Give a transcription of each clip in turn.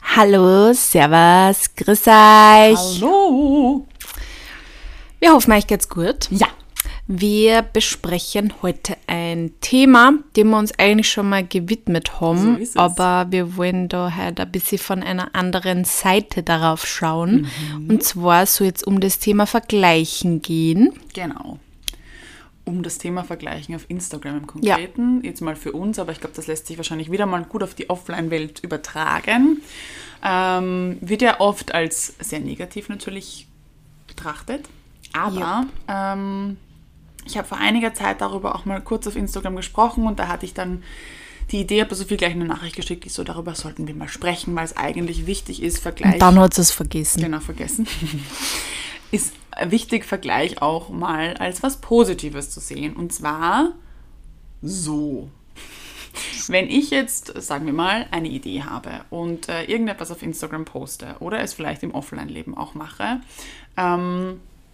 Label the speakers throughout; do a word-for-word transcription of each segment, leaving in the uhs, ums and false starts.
Speaker 1: Hallo, servus, grüß euch.
Speaker 2: Hallo.
Speaker 1: Wir hoffen, euch geht's gut.
Speaker 2: Ja.
Speaker 1: Wir besprechen heute ein Thema, dem wir uns eigentlich schon mal gewidmet haben,
Speaker 2: So ist es.
Speaker 1: aber wir wollen da heute ein bisschen von einer anderen Seite darauf schauen.
Speaker 2: Mhm.
Speaker 1: Und zwar soll es um das Thema Vergleichen gehen.
Speaker 2: Genau. Um das Thema Vergleichen auf Instagram im Konkreten, jetzt mal für uns, aber ich glaube, das lässt sich wahrscheinlich wieder mal gut auf die Offline-Welt übertragen. Ähm, wird ja oft als sehr negativ natürlich betrachtet, aber ähm, ich habe vor einiger Zeit darüber auch mal kurz auf Instagram gesprochen und da hatte ich dann die Idee, habe so viel gleich eine Nachricht geschickt, ich so, darüber sollten wir mal sprechen, weil es eigentlich wichtig ist, Vergleich...
Speaker 1: Und dann hat sie es vergessen.
Speaker 2: Genau, vergessen. Ist wichtig, Vergleich auch mal als was Positives zu sehen. Und zwar so. Wenn ich jetzt, sagen wir mal, eine Idee habe und äh, irgendetwas auf Instagram poste oder es vielleicht im Offline-Leben auch mache ähm,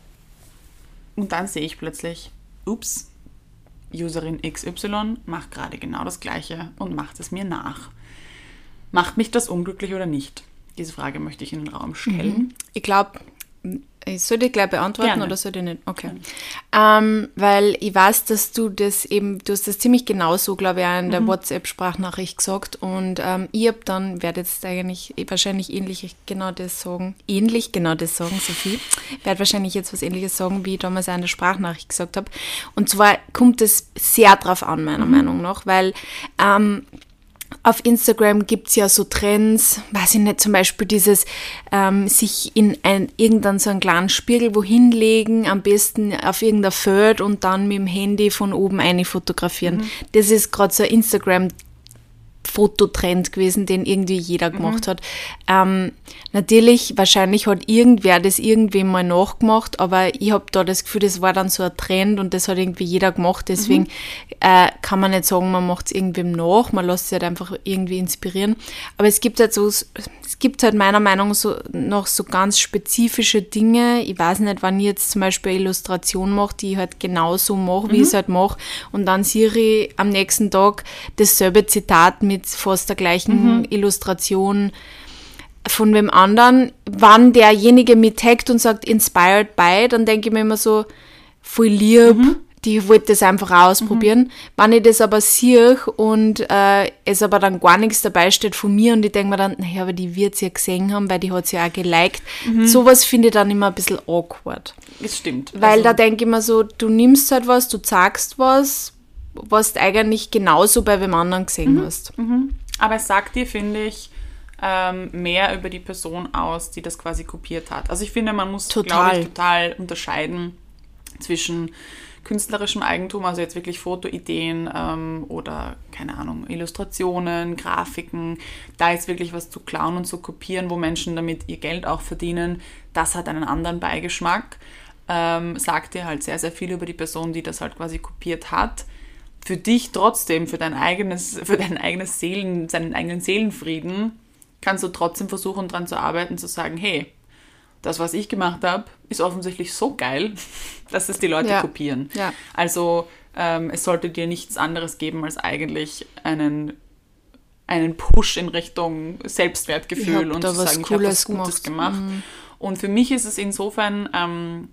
Speaker 2: und dann sehe ich plötzlich, ups, Userin X Y macht gerade genau das Gleiche und macht es mir nach. Macht mich das unglücklich oder nicht? Diese Frage möchte ich in den Raum stellen.
Speaker 1: Ich glaube, ich soll die gleich beantworten
Speaker 2: Gerne.
Speaker 1: oder soll die nicht? Okay. Ähm, weil ich weiß, dass du das eben, du hast das ziemlich genauso, glaube ich, auch in der
Speaker 2: Mhm.
Speaker 1: WhatsApp-Sprachnachricht gesagt. Und ähm, ich habe dann, werde jetzt eigentlich wahrscheinlich ähnlich genau das sagen, ähnlich genau das sagen, Sophie, werde wahrscheinlich jetzt was Ähnliches sagen, wie ich damals auch in der Sprachnachricht gesagt habe. Und zwar kommt es sehr drauf an, meiner
Speaker 2: Mhm.
Speaker 1: Meinung nach, weil ähm, auf Instagram gibt es ja so Trends, weiß ich nicht, zum Beispiel dieses ähm, sich in ein, irgendeinen so einen kleinen Spiegel wohin legen, am besten auf irgendein Feld und dann mit dem Handy von oben eine fotografieren.
Speaker 2: Mhm.
Speaker 1: Das ist gerade so ein Instagram Fototrend gewesen, den irgendwie jeder gemacht hat. Ähm, natürlich, wahrscheinlich hat irgendwer das irgendwem mal nachgemacht, aber ich habe da das Gefühl, das war dann so ein Trend und das hat irgendwie jeder gemacht, deswegen
Speaker 2: Mhm.
Speaker 1: äh, kann man nicht sagen, man macht es irgendwem nach, man lässt sich halt einfach irgendwie inspirieren. Aber es gibt halt so, es gibt halt meiner Meinung nach so, noch so ganz spezifische Dinge. Ich weiß nicht, wenn ich jetzt zum Beispiel eine Illustration mache, die ich halt genauso mache, wie ich es halt mache, und dann sehe ich am nächsten Tag dasselbe Zitat mit fast der gleichen Illustration von wem anderen. Wenn derjenige mich taggt und sagt inspired by, dann denke ich mir immer so, voll lieb, die wollte das einfach auch ausprobieren. Wenn ich das aber sehe und äh, es aber dann gar nichts dabei steht von mir und ich denke mir dann, naja, aber die wird es ja gesehen haben, weil die hat es ja auch geliked. Sowas finde ich dann immer ein bisschen awkward.
Speaker 2: Das stimmt.
Speaker 1: Weil
Speaker 2: Also,
Speaker 1: da denke ich mir so, du nimmst halt was, du zeigst was, was du eigentlich genauso bei wem anderen gesehen hast.
Speaker 2: aber es sagt dir, finde ich, ähm, mehr über die Person aus, die das quasi kopiert hat. Also ich finde, man muss, glaube
Speaker 1: Total.
Speaker 2: ich, total unterscheiden zwischen künstlerischem Eigentum, also jetzt wirklich Fotoideen ähm, oder, keine Ahnung, Illustrationen, Grafiken, da jetzt wirklich was zu klauen und zu kopieren, wo Menschen damit ihr Geld auch verdienen, das hat einen anderen Beigeschmack. Ähm, sagt dir halt sehr, sehr viel über die Person, die das halt quasi kopiert hat. Für dich trotzdem, für dein eigenes, für dein eigenes Seelen, seinen eigenen Seelenfrieden, kannst du trotzdem versuchen, daran zu arbeiten, zu sagen, hey, das, was ich gemacht habe, ist offensichtlich so geil, dass es die Leute
Speaker 1: Ja.
Speaker 2: kopieren.
Speaker 1: Ja.
Speaker 2: Also ähm, es sollte dir nichts anderes geben, als eigentlich einen, einen Push in Richtung
Speaker 1: Ich
Speaker 2: Selbstwertgefühl
Speaker 1: hab
Speaker 2: und
Speaker 1: da
Speaker 2: zu
Speaker 1: was
Speaker 2: sagen, ich habe was
Speaker 1: Cooles
Speaker 2: Gutes
Speaker 1: gemacht.
Speaker 2: gemacht. Und für mich ist es insofern ähm,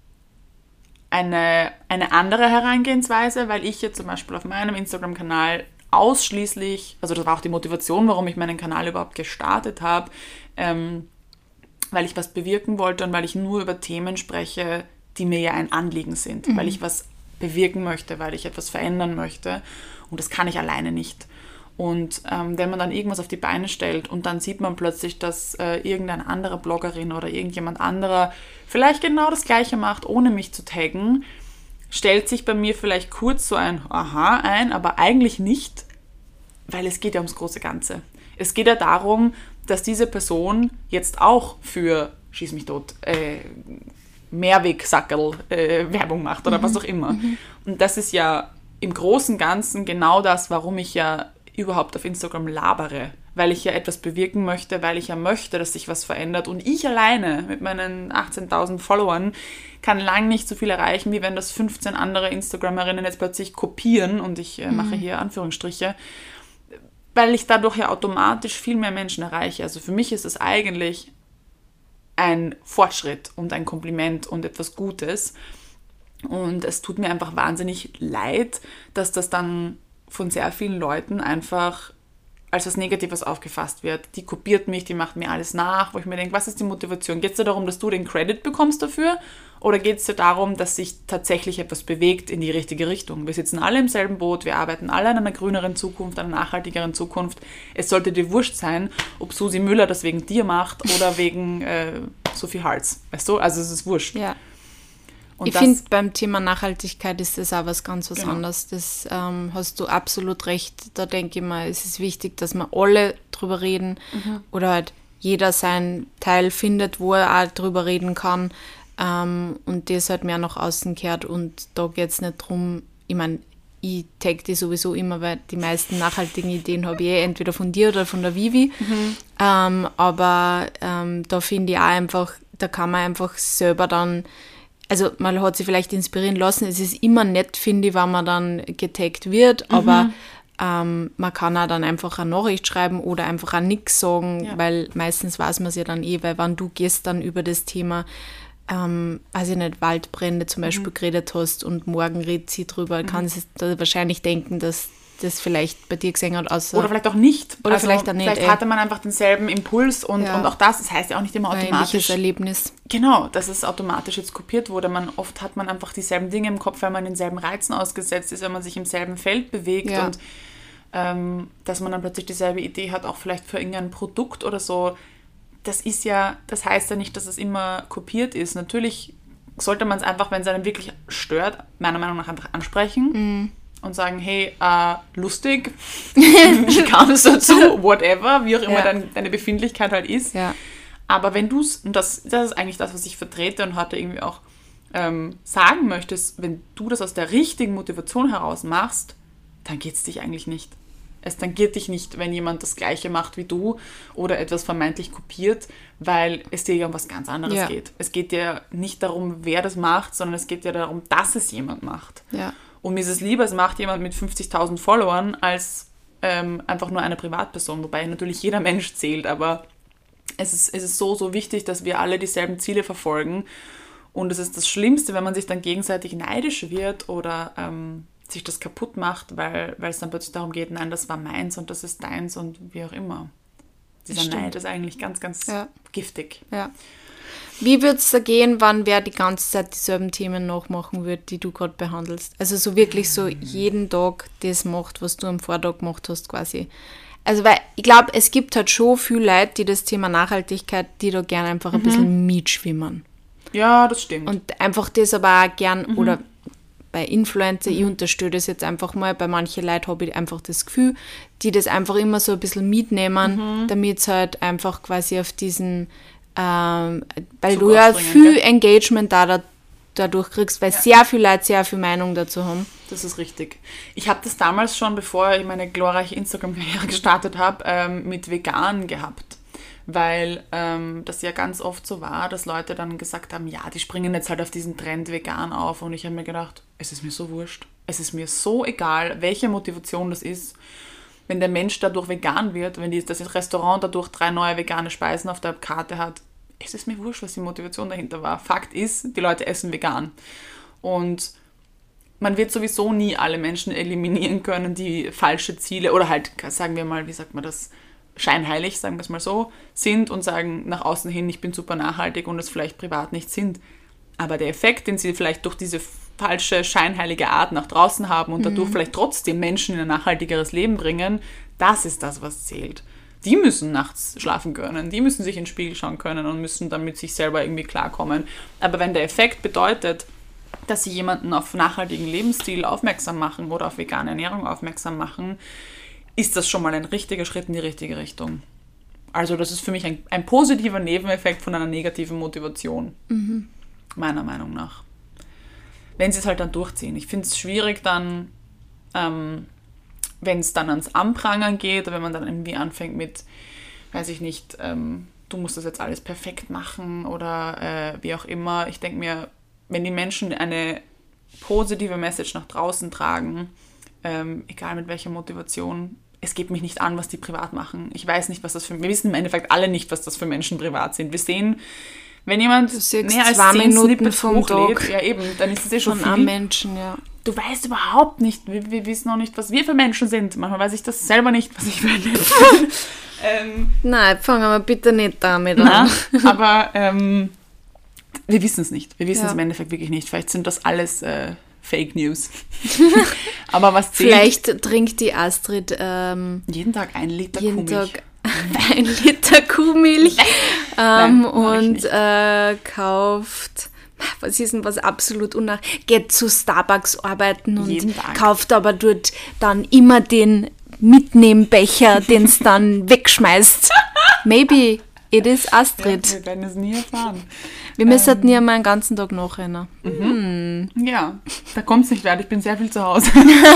Speaker 2: eine, eine andere Herangehensweise, weil ich jetzt zum Beispiel auf meinem Instagram-Kanal ausschließlich, also das war auch die Motivation, warum ich meinen Kanal überhaupt gestartet habe, ähm, weil ich was bewirken wollte und weil ich nur über Themen spreche, die mir ja ein Anliegen sind, weil ich was bewirken möchte, weil ich etwas verändern möchte und das kann ich alleine nicht. Und ähm, wenn man dann irgendwas auf die Beine stellt und dann sieht man plötzlich, dass äh, irgendeine andere Bloggerin oder irgendjemand anderer vielleicht genau das Gleiche macht, ohne mich zu taggen, stellt sich bei mir vielleicht kurz so ein Aha ein, aber eigentlich nicht, weil es geht ja ums große Ganze. Es geht ja darum, dass diese Person jetzt auch für, schieß mich tot, äh, Mehrwegsackerl äh, Werbung macht oder was auch immer. Und das ist ja im großen Ganzen genau das, warum ich ja überhaupt auf Instagram labere, weil ich ja etwas bewirken möchte, weil ich ja möchte, dass sich was verändert und ich alleine mit meinen achtzehntausend Followern kann lang nicht so viel erreichen, wie wenn das fünfzehn andere Instagramerinnen jetzt plötzlich kopieren und ich äh, mache hier Anführungsstriche. weil ich dadurch ja automatisch viel mehr Menschen erreiche. Also für mich ist es eigentlich ein Fortschritt und ein Kompliment und etwas Gutes. Und es tut mir einfach wahnsinnig leid, dass das dann von sehr vielen Leuten einfach als was Negatives aufgefasst wird. Die kopiert mich, die macht mir alles nach, wo ich mir denke, was ist die Motivation? Geht es dir darum, dass du den Credit bekommst dafür? Oder geht es dir darum, dass sich tatsächlich etwas bewegt in die richtige Richtung? Wir sitzen alle im selben Boot, wir arbeiten alle an einer grüneren Zukunft, einer nachhaltigeren Zukunft. Es sollte dir wurscht sein, ob Susi Müller das wegen dir macht oder wegen äh, Sophie Hals. Weißt du? Also es ist wurscht.
Speaker 1: Ja.
Speaker 2: Und
Speaker 1: ich
Speaker 2: das-
Speaker 1: finde, beim Thema Nachhaltigkeit ist das auch was ganz was
Speaker 2: Genau.
Speaker 1: anderes. Das ähm, hast du absolut recht. Da denke ich mal, es ist wichtig, dass wir alle drüber reden oder halt jeder seinen Teil findet, wo er auch drüber reden kann ähm, und das halt mehr nach außen kehrt. Und da geht es nicht drum, ich meine, ich tag die sowieso immer, weil die meisten nachhaltigen Ideen habe ich eh entweder von dir oder von der Vivi. Ähm, aber ähm, da finde ich auch einfach, da kann man einfach selber dann, also man hat sich vielleicht inspirieren lassen. Es ist immer nett, finde ich, wenn man dann getaggt wird, aber ähm, man kann auch dann einfach eine Nachricht schreiben oder einfach auch nichts sagen,
Speaker 2: Ja.
Speaker 1: weil meistens weiß man es ja dann eh, weil wenn du gestern über das Thema, ähm, weiß ich nicht, Waldbrände zum Beispiel geredet hast und morgen redet sie drüber, kann sie da wahrscheinlich denken, dass das vielleicht bei dir gesehen hat, außer
Speaker 2: Oder vielleicht auch nicht.
Speaker 1: Oder vielleicht auch nicht,
Speaker 2: Vielleicht
Speaker 1: ey.
Speaker 2: hatte man einfach denselben Impuls und,
Speaker 1: Ja.
Speaker 2: und auch das, das heißt ja auch nicht immer
Speaker 1: ein ähnliches
Speaker 2: automatisch.
Speaker 1: Erlebnis.
Speaker 2: Genau, dass es automatisch jetzt kopiert wurde. Man, oft hat man einfach dieselben Dinge im Kopf, weil man denselben Reizen ausgesetzt ist, wenn man sich im selben Feld bewegt
Speaker 1: Ja.
Speaker 2: und ähm, dass man dann plötzlich dieselbe Idee hat, auch vielleicht für irgendein Produkt oder so. Das ist ja, das heißt ja nicht, dass es immer kopiert ist. Natürlich sollte man es einfach, wenn es einem wirklich stört, meiner Meinung nach einfach ansprechen und sagen, hey, äh, lustig, wie kam es dazu, whatever, wie auch immer
Speaker 1: Ja.
Speaker 2: dein, deine Befindlichkeit halt ist.
Speaker 1: Ja.
Speaker 2: Aber wenn du es, und das, das ist eigentlich das, was ich vertrete und heute irgendwie auch ähm, sagen möchtest, wenn du das aus der richtigen Motivation heraus machst, dann geht es dich eigentlich nicht. Es tangiert dich nicht, wenn jemand das Gleiche macht wie du oder etwas vermeintlich kopiert, weil es dir ja um was ganz anderes
Speaker 1: Ja.
Speaker 2: geht. Es geht dir nicht darum, wer das macht, sondern es geht dir darum, dass es jemand macht.
Speaker 1: Ja.
Speaker 2: Und mir ist es lieber, es macht jemand mit fünfzigtausend Followern, als ähm, einfach nur eine Privatperson. Wobei natürlich jeder Mensch zählt, aber es ist, es ist so, so wichtig, dass wir alle dieselben Ziele verfolgen. Und es ist das Schlimmste, wenn man sich dann gegenseitig neidisch wird oder ähm, sich das kaputt macht, weil, weil es dann plötzlich darum geht, nein, das war meins und das ist deins und wie auch immer. Dieser
Speaker 1: stimmt.
Speaker 2: Neid ist eigentlich ganz, ganz
Speaker 1: Ja.
Speaker 2: giftig.
Speaker 1: Ja. Wie würde es da gehen, wann wer die ganze Zeit dieselben Themen nachmachen würde, die du gerade behandelst? Also so wirklich so jeden Tag das macht, was du am Vortag gemacht hast quasi. Also weil ich glaube, es gibt halt schon viele Leute, die das Thema Nachhaltigkeit, die da gerne einfach ein bisschen mitschwimmen.
Speaker 2: Ja, das stimmt.
Speaker 1: Und einfach das aber auch gern, oder bei Influencer, ich unterstütze das jetzt einfach mal, bei manchen Leuten habe ich einfach das Gefühl, die das einfach immer so ein bisschen mitnehmen, damit es halt einfach quasi auf diesen, ähm, weil
Speaker 2: Zug
Speaker 1: du ja
Speaker 2: aufspringen,
Speaker 1: viel
Speaker 2: gell?
Speaker 1: Engagement da, da, dadurch kriegst, weil sehr viele Leute sehr viel Meinung dazu haben.
Speaker 2: Das ist richtig. Ich habe das damals schon, bevor ich meine glorreiche Instagram-Karriere gestartet habe, ähm, mit Vegan gehabt. Weil ähm, das ja ganz oft so war, dass Leute dann gesagt haben, ja, die springen jetzt halt auf diesen Trend vegan auf. Und ich habe mir gedacht, es ist mir so wurscht. Es ist mir so egal, welche Motivation das ist. Wenn der Mensch dadurch vegan wird, wenn die, das Restaurant dadurch drei neue vegane Speisen auf der Karte hat, es ist mir wurscht, was die Motivation dahinter war. Fakt ist, die Leute essen vegan. Und man wird sowieso nie alle Menschen eliminieren können, die falsche Ziele oder halt, sagen wir mal, wie sagt man das, scheinheilig, sagen wir es mal so, sind und sagen nach außen hin, ich bin super nachhaltig und es vielleicht privat nicht sind. Aber der Effekt, den sie vielleicht durch diese falsche, scheinheilige Art nach draußen haben und dadurch vielleicht trotzdem Menschen in ein nachhaltigeres Leben bringen, das ist das, was zählt. Die müssen nachts schlafen können, die müssen sich in den Spiegel schauen können und müssen dann mit sich selber irgendwie klarkommen. Aber wenn der Effekt bedeutet, dass sie jemanden auf nachhaltigen Lebensstil aufmerksam machen oder auf vegane Ernährung aufmerksam machen, ist das schon mal ein richtiger Schritt in die richtige Richtung. Also das ist für mich ein, ein positiver Nebeneffekt von einer negativen Motivation,
Speaker 1: Mhm.
Speaker 2: meiner Meinung nach. Wenn sie es halt dann durchziehen. Ich finde es schwierig dann, ähm, wenn es dann ans Anprangern geht, wenn man dann irgendwie anfängt mit, weiß ich nicht, ähm, du musst das jetzt alles perfekt machen oder äh, wie auch immer. Ich denke mir, wenn die Menschen eine positive Message nach draußen tragen, ähm, egal mit welcher Motivation, es geht mich nicht an, was die privat machen. Ich weiß nicht, was das für... Wir wissen im Endeffekt alle nicht, was das für Menschen privat sind. Wir sehen, wenn jemand mehr als zehn Snippets hochlädt, ja eben, dann ist das eh schon
Speaker 1: von
Speaker 2: viel.
Speaker 1: einem Menschen, ja.
Speaker 2: Du weißt überhaupt nicht, wir, wir wissen auch nicht, was wir für Menschen sind. Manchmal weiß ich das selber nicht, was ich für ein Mensch bin. ähm,
Speaker 1: Nein, fangen wir bitte nicht damit
Speaker 2: na,
Speaker 1: an.
Speaker 2: aber ähm, wir wissen es nicht. Wir wissen es
Speaker 1: Ja.
Speaker 2: im Endeffekt wirklich nicht. Vielleicht sind das alles äh, Fake News. Aber was zählt?
Speaker 1: Vielleicht trinkt die Astrid ähm,
Speaker 2: Jeden Tag ein Liter
Speaker 1: jeden
Speaker 2: Kuhmilch.
Speaker 1: Tag ein Liter Kuhmilch ähm,
Speaker 2: Nein, mach ich
Speaker 1: und
Speaker 2: nicht.
Speaker 1: äh, kauft, was ist denn was absolut unnach, geht zu Starbucks arbeiten und
Speaker 2: Jeden Tag.
Speaker 1: kauft aber dort dann immer den Mitnehmbecher, den es dann wegschmeißt. Maybe it is Astrid.
Speaker 2: Wir werden es nie erfahren.
Speaker 1: Wir müssen ähm, nie einmal einen ganzen Tag nachrennen.
Speaker 2: Ja, da kommt es nicht weit. Ich bin sehr viel zu Hause.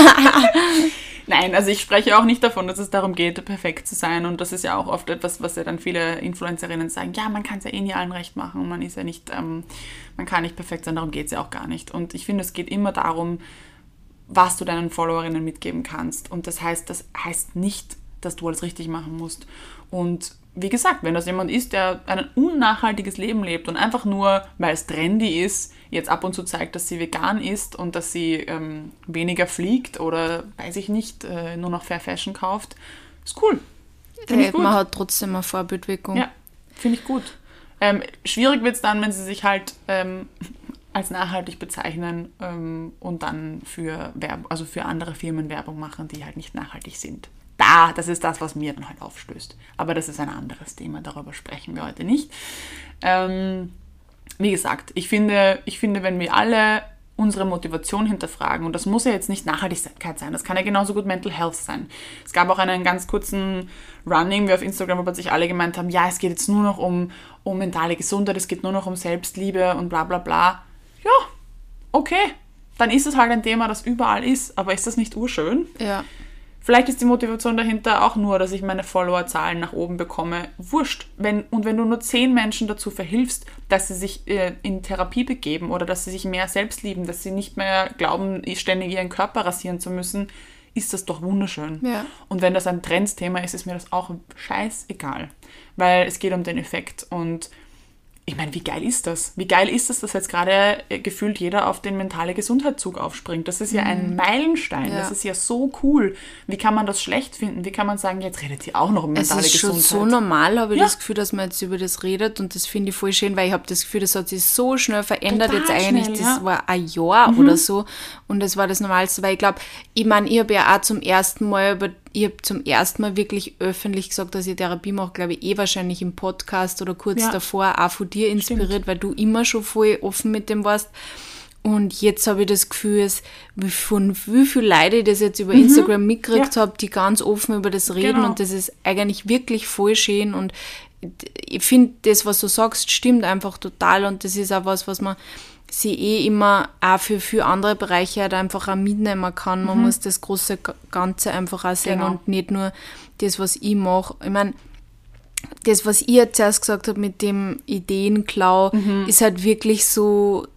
Speaker 2: Nein, also ich spreche auch nicht davon, dass es darum geht, perfekt zu sein. Und das ist ja auch oft etwas, was ja dann viele Influencerinnen sagen, ja, man kann es ja eh nie allen recht machen. Man ist ja nicht, ähm, man kann nicht perfekt sein, darum geht es ja auch gar nicht. Und ich finde, es geht immer darum, was du deinen Followerinnen mitgeben kannst. Und das heißt, das heißt nicht, dass du alles richtig machen musst. Und wie gesagt, wenn das jemand ist, der ein unnachhaltiges Leben lebt und einfach nur, weil es trendy ist, jetzt ab und zu zeigt, dass sie vegan ist und dass sie ähm, weniger fliegt oder, weiß ich nicht, äh, nur noch Fair Fashion kauft, ist cool. Finde ich
Speaker 1: Äh,
Speaker 2: gut.
Speaker 1: man hat trotzdem eine Vorbildwirkung.
Speaker 2: Ja, finde ich gut. Ähm, schwierig wird es dann, wenn sie sich halt ähm, als nachhaltig bezeichnen ähm, und dann für Werbung, also für andere Firmen Werbung machen, die halt nicht nachhaltig sind. Da, das ist das, was mir dann halt aufstößt. Aber das ist ein anderes Thema, darüber sprechen wir heute nicht. Ähm, wie gesagt, ich finde, ich finde, wenn wir alle unsere Motivation hinterfragen, und das muss ja jetzt nicht Nachhaltigkeit sein, das kann ja genauso gut Mental Health sein. Es gab auch einen ganz kurzen Running, wie auf Instagram, wo plötzlich alle gemeint haben, ja, es geht jetzt nur noch um, um mentale Gesundheit, es geht nur noch um Selbstliebe und bla bla bla. Ja, okay, dann ist es halt ein Thema, das überall ist, aber ist das nicht urschön?
Speaker 1: Ja.
Speaker 2: Vielleicht ist die Motivation dahinter auch nur, dass ich meine Followerzahlen nach oben bekomme. Wurscht. Wenn, und wenn du nur zehn Menschen dazu verhilfst, dass sie sich äh, in Therapie begeben oder dass sie sich mehr selbst lieben, dass sie nicht mehr glauben, ständig ihren Körper rasieren zu müssen, ist das doch wunderschön.
Speaker 1: Ja.
Speaker 2: Und wenn das ein Trendsthema ist, ist mir das auch scheißegal. Weil es geht um den Effekt. Und ich meine, wie geil ist das? Wie geil ist das, dass jetzt gerade äh, gefühlt jeder auf den mentale Gesundheitszug aufspringt? Das ist ja ein Meilenstein.
Speaker 1: Ja.
Speaker 2: Das ist ja so cool. Wie kann man das schlecht finden? Wie kann man sagen, jetzt redet sie auch noch um
Speaker 1: Es
Speaker 2: mentale
Speaker 1: ist schon
Speaker 2: Gesundheit?
Speaker 1: so normal, habe ich
Speaker 2: Ja.
Speaker 1: das Gefühl, dass man jetzt über das redet und das finde ich voll schön, weil ich habe das Gefühl, das hat sich so schnell verändert.
Speaker 2: Total
Speaker 1: Jetzt eigentlich,
Speaker 2: schnell,
Speaker 1: das
Speaker 2: ja.
Speaker 1: war ein Jahr oder so und das war das Normalste, weil ich glaube, ich meine, ich habe ja auch zum ersten Mal, über, ich habe zum ersten Mal wirklich öffentlich gesagt, dass ich Therapie mache, glaube ich, eh wahrscheinlich im Podcast oder kurz
Speaker 2: Ja.
Speaker 1: davor auch von dir inspiriert,
Speaker 2: Stimmt.
Speaker 1: weil du immer schon voll offen mit dem warst. Und jetzt habe ich das Gefühl, es- wie von wie viele Leute ich das jetzt über Instagram mitgekriegt
Speaker 2: Ja.
Speaker 1: habe, die ganz offen über das reden
Speaker 2: Genau.
Speaker 1: und das ist eigentlich wirklich voll schön und ich finde, das, was du sagst, stimmt einfach total und das ist auch was, was man sich eh immer auch für, für andere Bereiche halt einfach auch mitnehmen kann. Man muss das große G- Ganze einfach auch sehen
Speaker 2: Genau.
Speaker 1: und nicht nur das, was ich mache. Ich meine, das, was ich jetzt erst gesagt habe mit dem Ideenklau, ist halt wirklich so,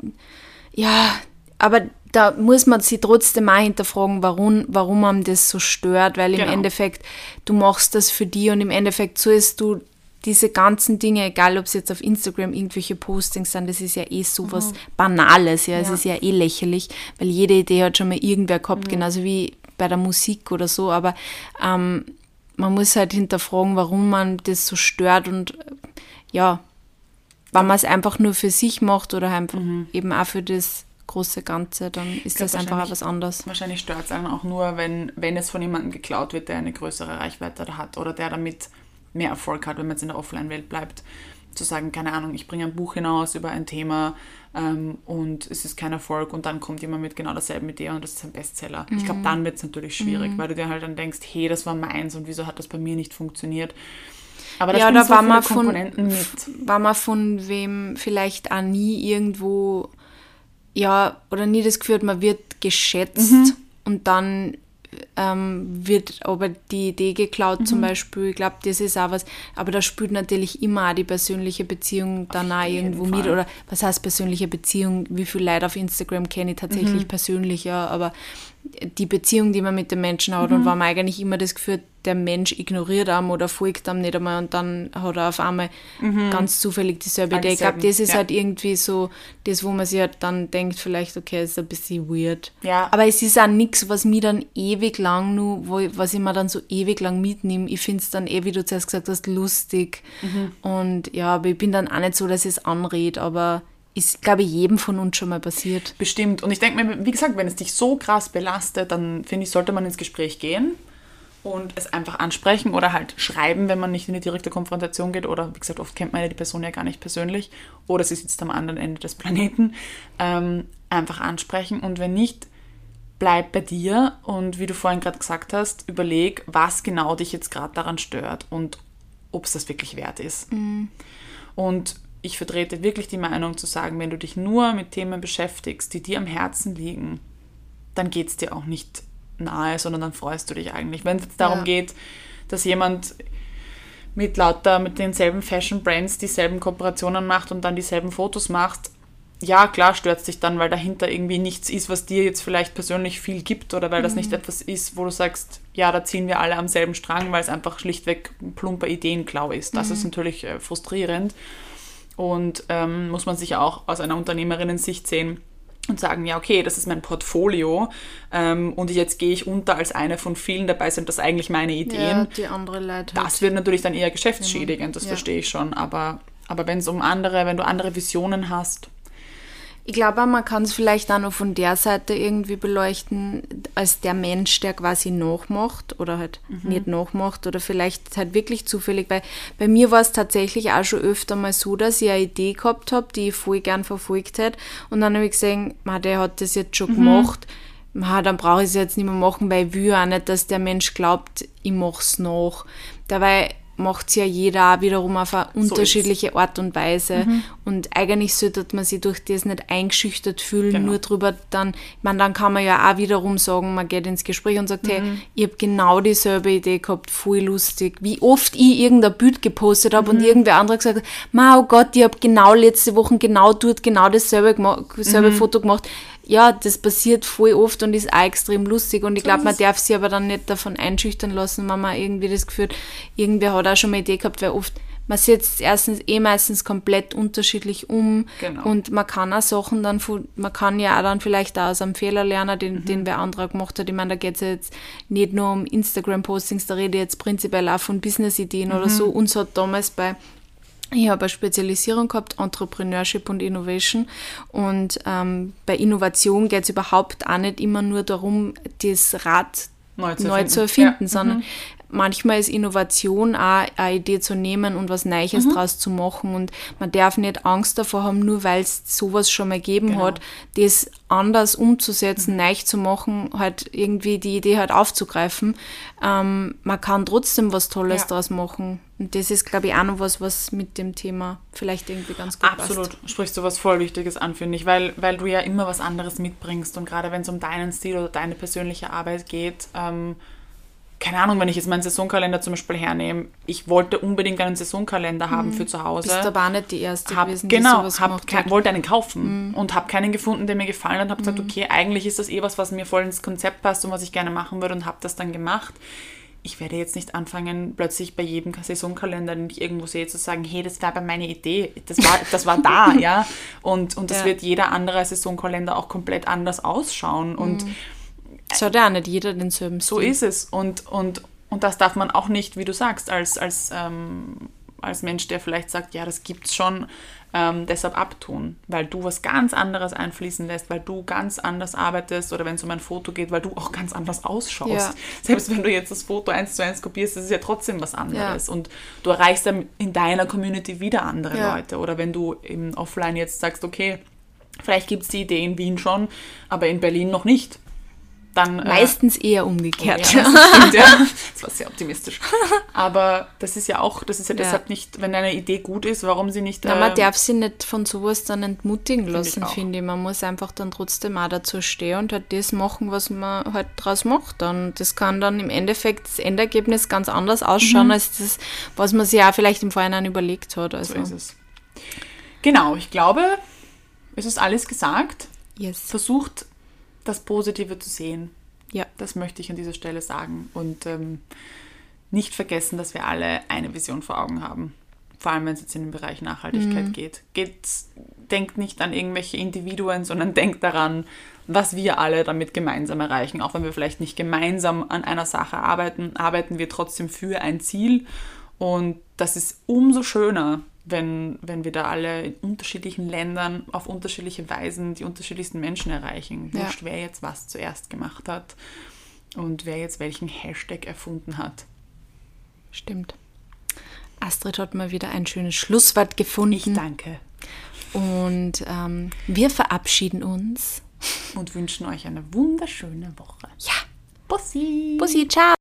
Speaker 1: ja, aber da muss man sich trotzdem auch hinterfragen, warum, warum einem das so stört, weil im
Speaker 2: Genau.
Speaker 1: Endeffekt, du machst das für dich und im Endeffekt sollst du diese ganzen Dinge, egal ob es jetzt auf Instagram irgendwelche Postings sind, das ist ja eh sowas Banales, ja, es
Speaker 2: Ja.
Speaker 1: ist ja eh lächerlich, weil jede Idee hat schon mal irgendwer gehabt, genauso wie bei der Musik oder so, aber ähm, man muss halt hinterfragen, warum man das so stört und äh, ja, wenn man es einfach nur für sich macht oder einfach eben auch für das große Ganze, dann ist
Speaker 2: glaub,
Speaker 1: das einfach auch
Speaker 2: wahrscheinlich-
Speaker 1: was anderes.
Speaker 2: Wahrscheinlich stört es einen auch nur, wenn, wenn es von jemandem geklaut wird, der eine größere Reichweite hat oder der damit mehr Erfolg hat, wenn man jetzt in der Offline-Welt bleibt. Zu sagen, keine Ahnung, ich bringe ein Buch hinaus über ein Thema ähm, und es ist kein Erfolg und dann kommt jemand mit genau derselben Idee und das ist ein Bestseller. Ich glaube, dann wird es natürlich schwierig, weil du dir halt dann denkst, hey, das war meins und wieso hat das bei mir nicht funktioniert? Aber da
Speaker 1: Ja,
Speaker 2: spielen
Speaker 1: da
Speaker 2: so
Speaker 1: war
Speaker 2: viele
Speaker 1: man von,
Speaker 2: Komponenten mit.
Speaker 1: war man von wem vielleicht auch nie irgendwo, ja, oder nie das Gefühl hat, man wird geschätzt
Speaker 2: Mhm.
Speaker 1: und dann ähm, wird aber die Idee geklaut
Speaker 2: Mhm.
Speaker 1: zum Beispiel. Ich glaube, das ist auch was, aber da spielt natürlich immer auch die persönliche Beziehung dann auch
Speaker 2: jeden
Speaker 1: irgendwo
Speaker 2: Fall.
Speaker 1: mit. Oder was heißt persönliche Beziehung? Wie viele Leute auf Instagram kenne ich tatsächlich persönlich, ja, aber die Beziehung, die man mit dem Menschen hat. Mhm. Und wenn man eigentlich immer das Gefühl hat, der Mensch ignoriert einem oder folgt einem nicht einmal und dann hat er auf einmal mhm. ganz zufällig dieselbe Idee. Ich glaube, das ist ja. halt irgendwie so das, wo man sich halt dann denkt, vielleicht, okay, ist ein bisschen weird.
Speaker 2: Ja.
Speaker 1: Aber es ist auch nichts, was mich dann ewig lang nur, wo ich, was ich mir dann so ewig lang mitnehme. Ich finde es dann eh, wie du zuerst gesagt hast, lustig. Mhm. Und ja, aber ich bin dann auch nicht so, dass ich es anrede, aber ist, glaube ich, jedem von uns schon mal passiert.
Speaker 2: Bestimmt. Und ich denke mir, wie gesagt, wenn es dich so krass belastet, dann finde ich, sollte man ins Gespräch gehen und es einfach ansprechen oder halt schreiben, wenn man nicht in die direkte Konfrontation geht. Oder wie gesagt, oft kennt man ja die Person ja gar nicht persönlich oder sie sitzt am anderen Ende des Planeten. Ähm, einfach ansprechen und wenn nicht, bleib bei dir und wie du vorhin gerade gesagt hast, überleg, was genau dich jetzt gerade daran stört und ob es das wirklich wert ist.
Speaker 1: Mhm.
Speaker 2: Und ich vertrete wirklich die Meinung zu sagen, wenn du dich nur mit Themen beschäftigst, die dir am Herzen liegen, dann geht es dir auch nicht nahe, sondern dann freust du dich eigentlich. Wenn es jetzt darum ja. geht, dass jemand mit lauter, mit denselben Fashion Brands dieselben Kooperationen macht und dann dieselben Fotos macht, ja, klar stört es dich dann, weil dahinter irgendwie nichts ist, was dir jetzt vielleicht persönlich viel gibt oder weil das mhm. nicht etwas ist, wo du sagst, ja, da ziehen wir alle am selben Strang, weil es einfach schlichtweg ein plumper Ideenklau ist. Das mhm. ist natürlich äh, frustrierend und ähm, muss man sich auch aus einer Unternehmerinnen-Sicht sehen und sagen, ja, okay, das ist mein Portfolio ähm, und jetzt gehe ich unter als eine von vielen, dabei sind das eigentlich meine Ideen.
Speaker 1: Ja, die andere Leute halt.
Speaker 2: Das wird natürlich dann eher geschäftsschädigend, das ja. verstehe ich schon, aber, aber wenn es um andere, wenn du andere Visionen hast.
Speaker 1: Ich glaube, man kann es vielleicht auch noch von der Seite irgendwie beleuchten, als der Mensch, der quasi nachmacht oder halt mhm. nicht nachmacht oder vielleicht halt wirklich zufällig, weil bei mir war es tatsächlich auch schon öfter mal so, dass ich eine Idee gehabt habe, die ich voll gern verfolgt hätte und dann habe ich gesehen, man, der hat das jetzt schon mhm. gemacht, man, dann brauche ich es jetzt nicht mehr machen, weil ich will auch nicht, dass der Mensch glaubt, ich mache es nach. Dabei macht es ja jeder auch wiederum auf eine unterschiedliche so Art und Weise. Mhm. Und eigentlich sollte man sich durch das nicht eingeschüchtert fühlen, genau. nur drüber dann, ich meine, dann kann man ja auch wiederum sagen, man geht ins Gespräch und sagt, mhm. hey, ich habe genau dieselbe Idee gehabt, voll lustig. Wie oft ich irgendein Bild gepostet habe mhm. und irgendwer andere gesagt hat, Ma, oh Gott, ich habe genau letzte Woche genau dort genau dasselbe, gema- dasselbe mhm. Foto gemacht. Ja, das passiert voll oft und ist auch extrem lustig und ich glaube, man darf sich aber dann nicht davon einschüchtern lassen, wenn man irgendwie das Gefühl hat, irgendwer hat auch schon mal eine Idee gehabt, weil oft, man setzt erstens eh meistens komplett unterschiedlich um
Speaker 2: genau.
Speaker 1: und man kann auch Sachen dann, man kann ja auch dann vielleicht auch aus einem Fehler lernen, den, mhm. den wer anderer gemacht hat. Ich meine, da geht es ja jetzt nicht nur um Instagram-Postings, da rede ich jetzt prinzipiell auch von Business-Ideen mhm. oder so. Uns hat damals bei Ich habe eine Spezialisierung gehabt, Entrepreneurship und Innovation. Und ähm, bei Innovation geht es überhaupt auch nicht immer nur darum, das Rad neu zu neu erfinden, zu erfinden ja. sondern mhm. manchmal ist Innovation auch eine Idee zu nehmen und was Neues mhm. draus zu machen. Und man darf nicht Angst davor haben, nur weil es sowas schon mal gegeben genau. hat, das anders umzusetzen, mhm. neu zu machen, halt irgendwie die Idee halt aufzugreifen. Ähm, man kann trotzdem was Tolles ja. draus machen. Und das ist, glaube ich, auch noch was, was mit dem Thema vielleicht irgendwie ganz gut
Speaker 2: Absolut.
Speaker 1: passt.
Speaker 2: Absolut. Sprichst du was voll Wichtiges an, finde ich, weil, weil du ja immer was anderes mitbringst und gerade wenn es um deinen Stil oder deine persönliche Arbeit geht, ähm, keine Ahnung, wenn ich jetzt meinen Saisonkalender zum Beispiel hernehme, ich wollte unbedingt einen Saisonkalender haben mhm. für zu Hause.
Speaker 1: Bist aber auch nicht die Erste
Speaker 2: hab,
Speaker 1: gewesen,
Speaker 2: genau,
Speaker 1: die sowas
Speaker 2: hab,
Speaker 1: gemacht
Speaker 2: ke-
Speaker 1: hat.
Speaker 2: wollte einen kaufen mhm. und habe keinen gefunden, der mir gefallen hat und habe
Speaker 1: mhm.
Speaker 2: gesagt, okay, eigentlich ist das eh was, was mir voll ins Konzept passt und was ich gerne machen würde und habe das dann gemacht. Ich werde jetzt nicht anfangen, plötzlich bei jedem Saisonkalender, den ich irgendwo sehe, zu sagen, hey, das war aber meine Idee, das war, das war da, ja. Und, und das ja. wird jeder andere Saisonkalender auch komplett anders ausschauen. Und
Speaker 1: mhm. es hat ja auch nicht jeder denselben Stil.
Speaker 2: So ist es. Und, und, und das darf man auch nicht, wie du sagst, als, als, ähm, als Mensch, der vielleicht sagt, ja, das gibt's schon, ähm, deshalb abtun, weil du was ganz anderes einfließen lässt, weil du ganz anders arbeitest oder wenn es um ein Foto geht, weil du auch ganz anders ausschaust. Ja. Selbst wenn du jetzt das Foto eins zu eins kopierst, das ist ja trotzdem was anderes ja. und du erreichst dann in deiner Community wieder andere ja. Leute oder wenn du im Offline jetzt sagst, okay, vielleicht gibt es die Idee in Wien schon, aber in Berlin noch nicht. Dann,
Speaker 1: Meistens äh, eher umgekehrt.
Speaker 2: Oh ja, das stimmt, ja. Das war sehr optimistisch. Aber das ist ja auch, das ist ja, ja. deshalb nicht, wenn eine Idee gut ist, warum sie nicht...
Speaker 1: Na, man äh, darf sie nicht von sowas dann entmutigen lassen, finde ich, find ich. Man muss einfach dann trotzdem auch dazu stehen und halt das machen, was man halt draus macht. Und das kann dann im Endeffekt das Endergebnis ganz anders ausschauen, mhm. als das, was man sich auch vielleicht im Vorhinein überlegt hat. Also.
Speaker 2: So ist es. Genau, ich glaube, es ist alles gesagt.
Speaker 1: Yes.
Speaker 2: Versucht, das Positive zu sehen.
Speaker 1: Ja.
Speaker 2: Das möchte ich an dieser Stelle sagen. Und ähm, nicht vergessen, dass wir alle eine Vision vor Augen haben. Vor allem, wenn es jetzt in den Bereich Nachhaltigkeit mhm. geht. geht. Denkt nicht an irgendwelche Individuen, sondern denkt daran, was wir alle damit gemeinsam erreichen. Auch wenn wir vielleicht nicht gemeinsam an einer Sache arbeiten, arbeiten wir trotzdem für ein Ziel. Und das ist umso schöner, wenn, wenn wir da alle in unterschiedlichen Ländern auf unterschiedliche Weisen die unterschiedlichsten Menschen erreichen.
Speaker 1: Ja.
Speaker 2: Wurscht, wer jetzt was zuerst gemacht hat und wer jetzt welchen Hashtag erfunden hat.
Speaker 1: Stimmt. Astrid hat mal wieder ein schönes Schlusswort gefunden.
Speaker 2: Ich danke.
Speaker 1: Und ähm, wir verabschieden uns.
Speaker 2: Und wünschen euch eine wunderschöne Woche.
Speaker 1: Ja.
Speaker 2: Bussi.
Speaker 1: Bussi, ciao.